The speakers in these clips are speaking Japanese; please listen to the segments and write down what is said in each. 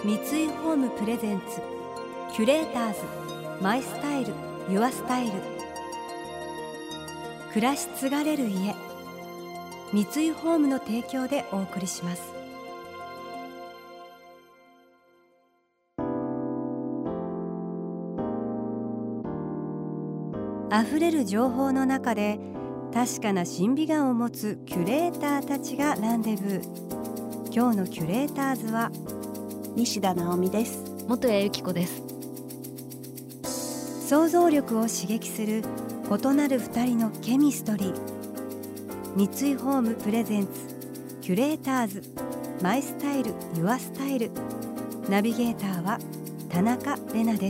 三井ホームプレゼンツキュレーターズマイスタイルユアスタイル。暮らし継がれる家、三井ホームの提供でお送りします。あふれる情報の中で確かな審美眼を持つキュレーターたちがランデブー。今日のキュレーターズは西田直美です。 元谷由紀子です。 想像力を刺激する異なる二人のケミストリー。三井ホームプレゼンツキュレーターズマイスタイルユアスタイル。ナビゲーターは田中れなです。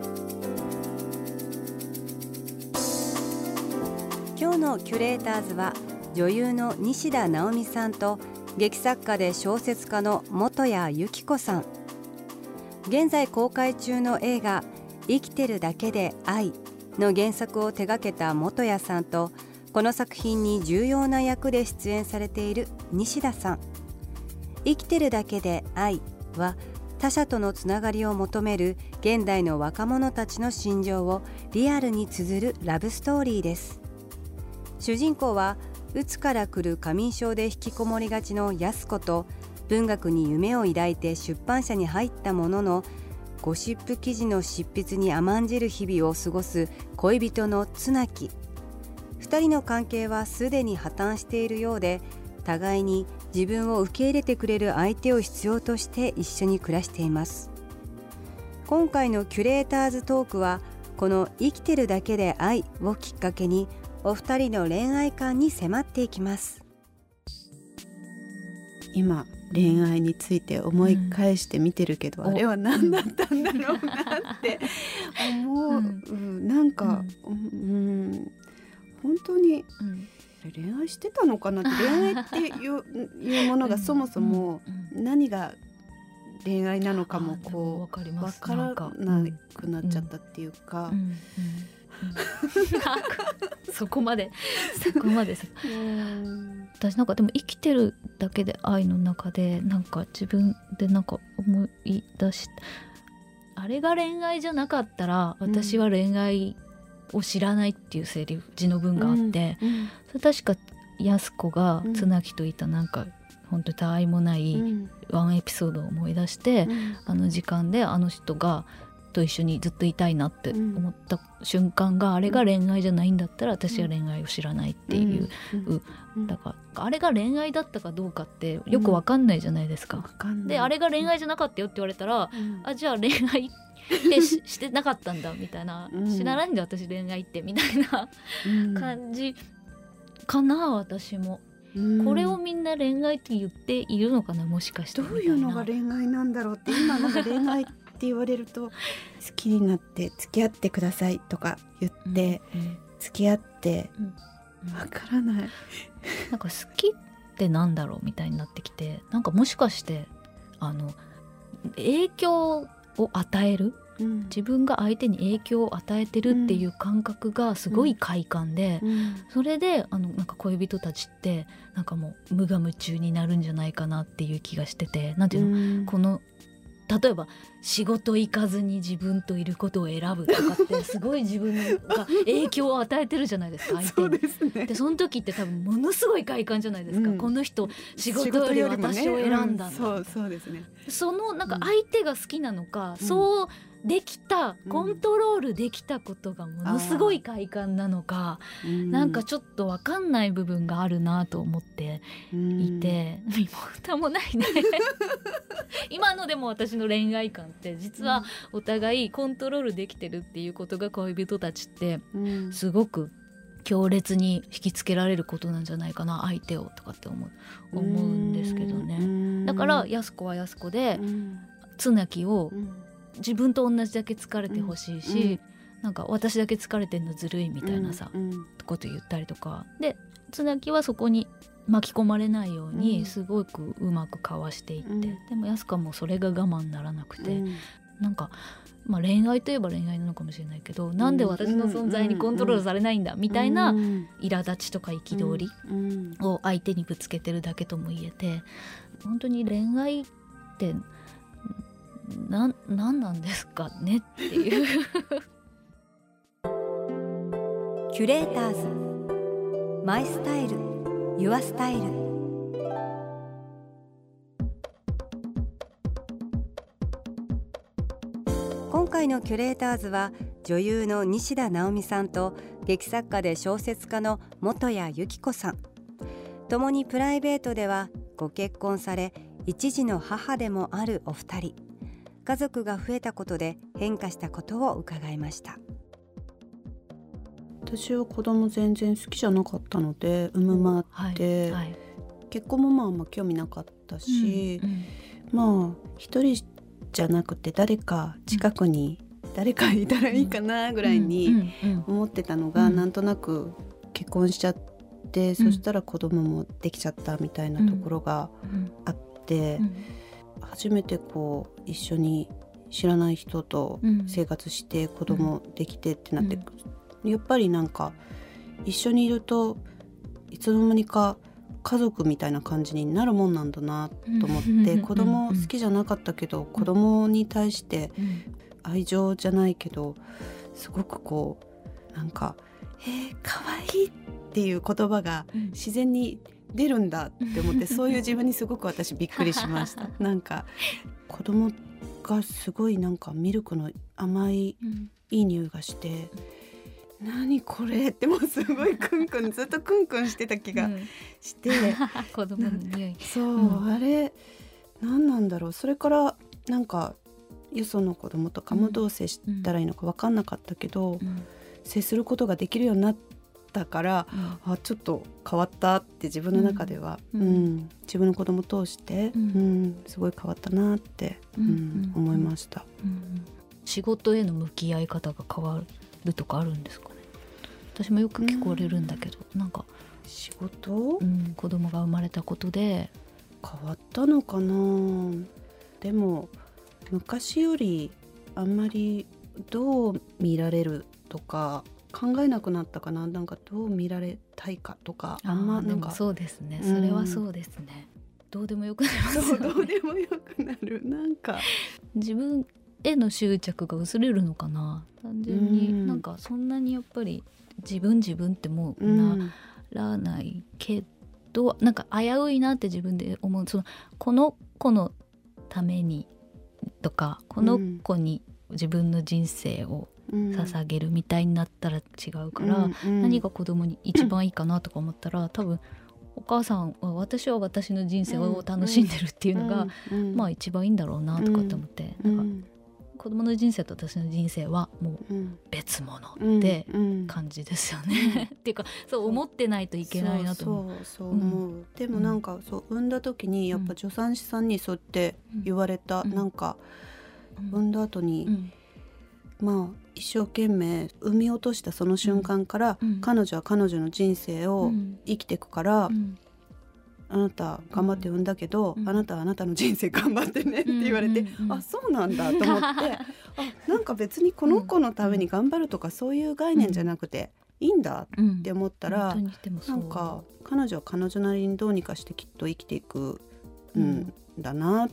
今日のキュレーターズは女優の西田直美さんと劇作家で小説家の元谷由紀子さん。現在公開中の映画生きてるだけで愛の原作を手掛けた元谷さんと、この作品に重要な役で出演されている西田さん。生きてるだけで愛は他者とのつながりを求める現代の若者たちの心情をリアルに綴るラブストーリーです。主人公はうつから来る過眠症で引きこもりがちの安子と、文学に夢を抱いて出版社に入ったもののゴシップ記事の執筆に甘んじる日々を過ごす恋人の綱木。二人の関係はすでに破綻しているようで、互いに自分を受け入れてくれる相手を必要として一緒に暮らしています。今回のキュレーターズトークは、この生きてるだけで愛をきっかけにお二人の恋愛観に迫っていきます。 今恋愛について思い返して見てるけど、あれは何だったんだろうなって思う、なんか、本当に恋愛してたのかなって。恋愛っていうものがそもそも何が恋愛なのかもこう分からなくなっちゃったっていうか、 そこまで私なんかでも生きてるだけで愛の中でなんか自分でなんか思い出し、あれが恋愛じゃなかったら私は恋愛を知らないっていうセリフ字の文があって、それ確か安子が綱木といたなんか本当にたわいもないワンエピソードを思い出して、あの時間であの人がと一緒にずっといたいなって思った瞬間が、あれが恋愛じゃないんだったら私は恋愛を知らないっていう、だからあれが恋愛だったかどうかってよく分かんないじゃないですか。であれが恋愛じゃなかったよって言われたら、あじゃあ恋愛ってしてなかったんだみたいな、知らないんだ私恋愛ってみたいな感じかな。私もこれをみんな恋愛って言っているのかな、もしかしてどういうのが恋愛なんだろうって。今なんか恋愛って言われると好きになって付き合ってくださいとか言って、付き合ってわからない、 なんか好きってなんだろうみたいになってきて、なんかもしかして影響を与える、自分が相手に影響を与えてるっていう感覚がすごい快感で、それでなんか恋人たちってなんかもう無我夢中になるんじゃないかなっていう気がしてて、なんていうの、この例えば仕事行かずに自分といることを選ぶとかってすごい自分が影響を与えてるじゃないですか相手に。 そうですね。 でその時って多分ものすごい快感じゃないですか、この人仕事より私を選んだんだ、 そうですね。 そのなんか相手が好きなのか、そうできた、コントロールできたことがものすごい快感なのか、なんかちょっと分かんない部分があるなと思っていて、身も蓋もないね今のでも私の恋愛観って実はお互いコントロールできてるっていうことが恋人たちってすごく強烈に引きつけられることなんじゃないかな、相手をとかって思うんですけどね。だから安子は安子で綱木を自分と同じだけ疲れてほしいし、なんか私だけ疲れてんのずるいみたいなさ、こと言ったりとかで、綱木はそこに巻き込まれないようにすごくうまくかわしていって、でも安子もそれが我慢ならなくて、なんか、恋愛といえば恋愛なのかもしれないけど、なんで私の存在にコントロールされないんだみたいな苛立ちとか憤りを相手にぶつけてるだけとも言えて、本当に恋愛ってなんなんですかねっていうキュレーターズマイスタイルユアスタイル。今回のキュレーターズは女優の西田直美さんと劇作家で小説家の本谷由紀子さん。共にプライベートではご結婚され一児の母でもあるお二人。家族が増えたことで変化したことを伺いました。 私は子供全然好きじゃなかったので産むまで、結婚もあんま興味なかったし、まあ一人じゃなくて誰か近くに誰かいたらいいかなぐらいに思ってたのが、なんとなく結婚しちゃって、そしたら子供もできちゃったみたいなところがあって、初めてこう一緒に知らない人と生活して子供できてってなって、やっぱりなんか一緒にいるといつの間にか家族みたいな感じになるもんなんだなと思って、子供好きじゃなかったけど子供に対して愛情じゃないけどすごくこうなんか可愛いっていう言葉が自然に出るんだって思って、そういう自分にすごく私びっくりしましたなんか子供がすごいなんかミルクの甘いいい匂いがして、何これってもうすごいクンクンずっとクンクンしてた気がして、 子供の匂いそう、あれ何なんだろう。それからなんかよその子供とかもどう接したらいいのか分かんなかったけど、接することができるようになったから、ちょっと変わったって自分の中では、自分の子供通して、すごい変わったなって、思いました。 仕事への向き合い方が変わるとかあるんですかね。私もよく聞こえるんだけど、なんか仕事、 子供が生まれたことで変わったのかな。でも昔よりあんまりどう見られるとか考えなくなったかな。なんかどう見られたいかとかあんまなんか、 そうですね、それはそうですね、どうでもよくなりますよね。 どうでもよくなる。なんか自分への執着が薄れるのかな。単純になんかそんなにやっぱり自分ってもうならないけど、なんか危ういなって自分で思う。そのこの子のためにとかこの子に自分の人生を捧げるみたいになったら違うから、何が子供に一番いいかなとか思ったら、多分お母さんは私は私の人生を楽しんでるっていうのが、まあ一番いいんだろうなとかって思って、なんか子供の人生と私の人生はもう別物って感じですよね、っていうかそう思ってないといけないなと思う。 そう思う、でもなんかそう産んだ時にやっぱ助産師さんにそうやって言われた、なんか産んだ後に、まあ一生懸命産み落としたその瞬間から、彼女は彼女の人生を生きていくから、あなた頑張って産んだけど、あなたはあなたの人生頑張ってねって言われて、あ、そうなんだと思ってなんか別にこの子のために頑張るとかそういう概念じゃなくていいんだって思ったら、なんか彼女は彼女なりにどうにかしてきっと生きていくんだなって、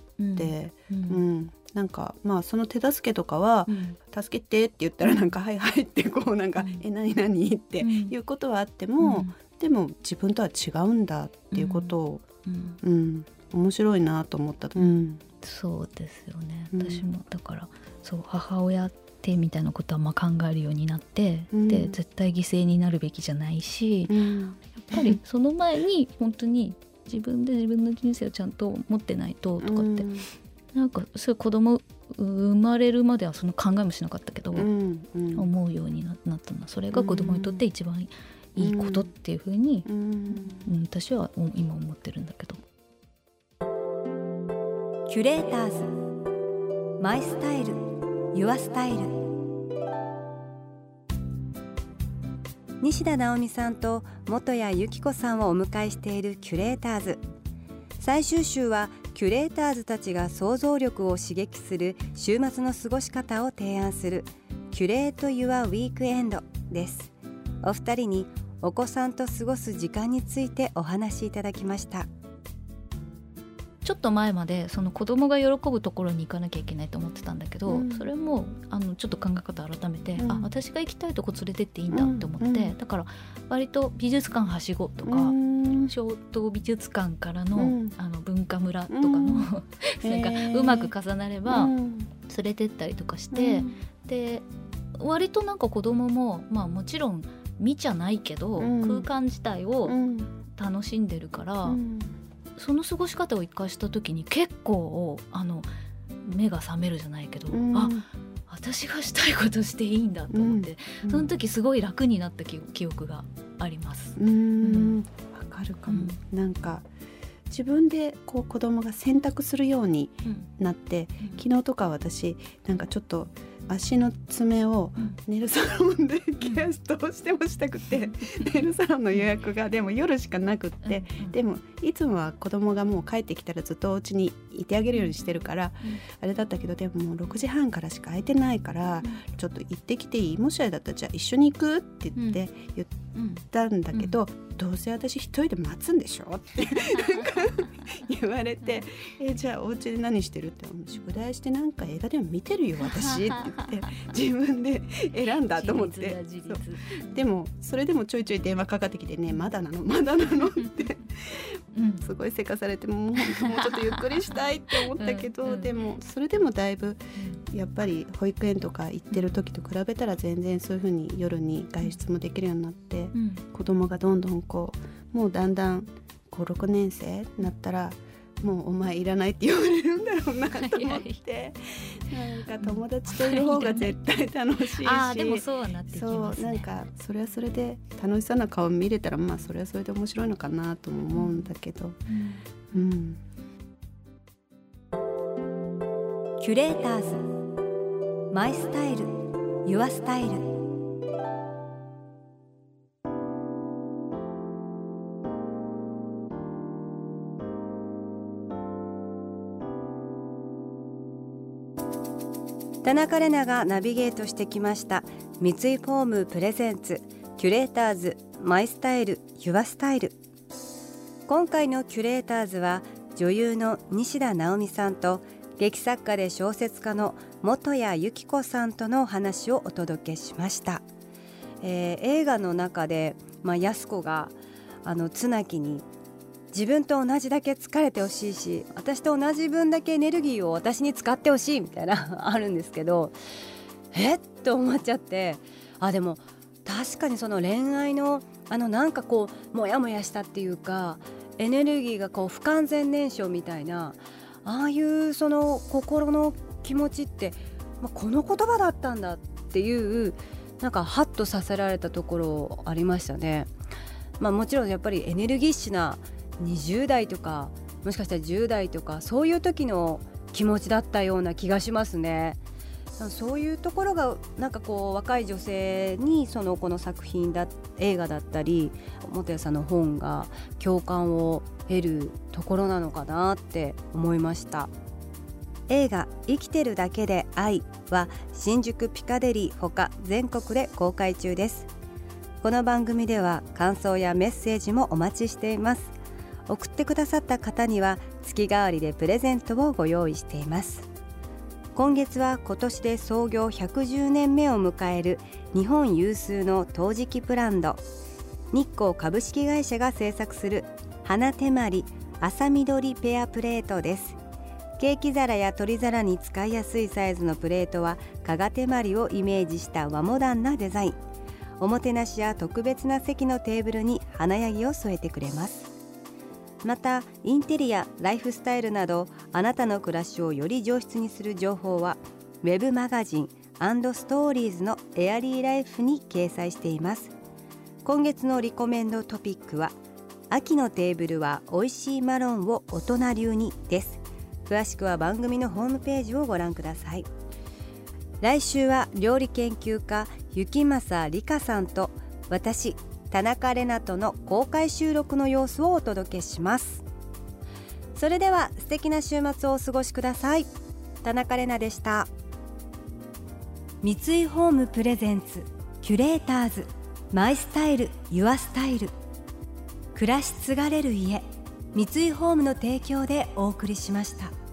なんかまあその手助けとかは、助けてって言ったらなんかはいはいってこうなんか、何っていうことはあっても、でも自分とは違うんだっていうことを、面白いなと思った。 そうですよね。私もだからそう母親ってみたいなことはまあ考えるようになって、で絶対犠牲になるべきじゃないし、やっぱりその前に本当に自分で自分の人生をちゃんと持ってないととかって、なんかそういう子供生まれるまではその考えもしなかったけど、思うようになったのはそれが子供にとって一番いいことっていう風に、私は今思ってるんだけど。 キュレーターズマイスタイルユアスタイル。西田直美さんと本谷由紀子さんをお迎えしているキュレーターズ。最終週はキュレーターズたちが想像力を刺激する週末の過ごし方を提案するキュレート・ユア・ウィークエンドです。お二人にお子さんと過ごす時間についてお話しいただきました。 ちょっと前までその子供が喜ぶところに行かなきゃいけないと思ってたんだけど、それもちょっと考え方改めて、私が行きたいとこ連れてっていいんだって思って、だから割と美術館はしごとか、小東美術館からの、文化村とかの、なんかうまく重なれば連れてったりとかして、で割となんか子供も、もちろん見ちゃないけど、空間自体を楽しんでるから、その過ごし方を一回した時に結構目が覚めるじゃないけど、私がしたいことしていいんだと思って、その時すごい楽になった記憶があります。 わかるかも、なんか自分でこう子供が選択するようになって、昨日とか私なんかちょっと足の爪をネイルサロンでケアどうしてもしたくて、ネイルサロンの予約がでも夜しかなくって、でもいつもは子供がもう帰ってきたらずっとお家にいてあげるようにしてるから、あれだったけど、でももう6時半からしか空いてないから、ちょっと行ってきていい？もしあれだったらじゃあ一緒に行くって言ったんだけど、どうせ私一人で待つんでしょって言われて、じゃあお家で何してるって、宿題してなんか映画でも見てるよ私って言って自分で選んだと思って、でもそれでもちょいちょい電話かかってきてね、まだなのってすごいせかされて、もうちょっとゆっくりしたいって思ったけど、でもそれでもだいぶやっぱり保育園とか行ってる時と比べたら全然そういう風に夜に外出もできるようになって、子供がどんどんこうもうだんだん5、6年生になったらもうお前いらないって言われるんだろうなと思ってなんか友達といる方が絶対楽しいし、 でもそうはなってきますね。 なんかそれはそれで楽しそうな顔見れたら、それはそれで面白いのかなとも思うんだけど、 キュレーターズマイスタイルユアスタイル。田中玲奈がナビゲートしてきました三井フォームプレゼンツキュレーターズマイスタイルユアスタイル。今回のキュレーターズは女優の西田直美さんと劇作家で小説家の本谷由紀子さんとのお話をお届けしました。映画の中で、安子が綱木に自分と同じだけ疲れてほしいし、私と同じ分だけエネルギーを私に使ってほしいみたいなあるんですけど、と思っちゃって、でも確かにその恋愛のなんかこうモヤモヤしたっていうか、エネルギーがこう不完全燃焼みたいな、ああいうその心の気持ちって、この言葉だったんだっていう、なんかハッとさせられたところありましたね。もちろんやっぱりエネルギッシュな20代とかもしかしたら10代とかそういう時の気持ちだったような気がしますね。そういうところがなんかこう若い女性にこの作品映画だったり本谷さんの本が共感を得るところなのかなって思いました。映画生きてるだけで愛は新宿ピカデリーほか全国で公開中です。この番組では感想やメッセージもお待ちしています。送ってくださった方には月替わりでプレゼントをご用意しています。今月は今年で創業110年目を迎える日本有数の陶磁器ブランド日光株式会社が製作する花手まり朝緑ペアプレートです。ケーキ皿や取り皿に使いやすいサイズのプレートは加賀手まりをイメージした和モダンなデザイン。おもてなしや特別な席のテーブルに華やぎを添えてくれます。またインテリア、ライフスタイルなどあなたの暮らしをより上質にする情報はウェブマガジン&ストーリーズのエアリーライフに掲載しています。今月のリコメンドトピックは秋のテーブルは美味しいマロンを大人流にです。詳しくは番組のホームページをご覧ください。来週は料理研究家雪政理香さんと私田中玲奈との公開収録の様子をお届けします。それでは素敵な週末をお過ごしください。田中玲奈でした。三井ホームプレゼンツキュレーターズマイスタイルユアスタイル。暮らし継がれる家三井ホームの提供でお送りしました。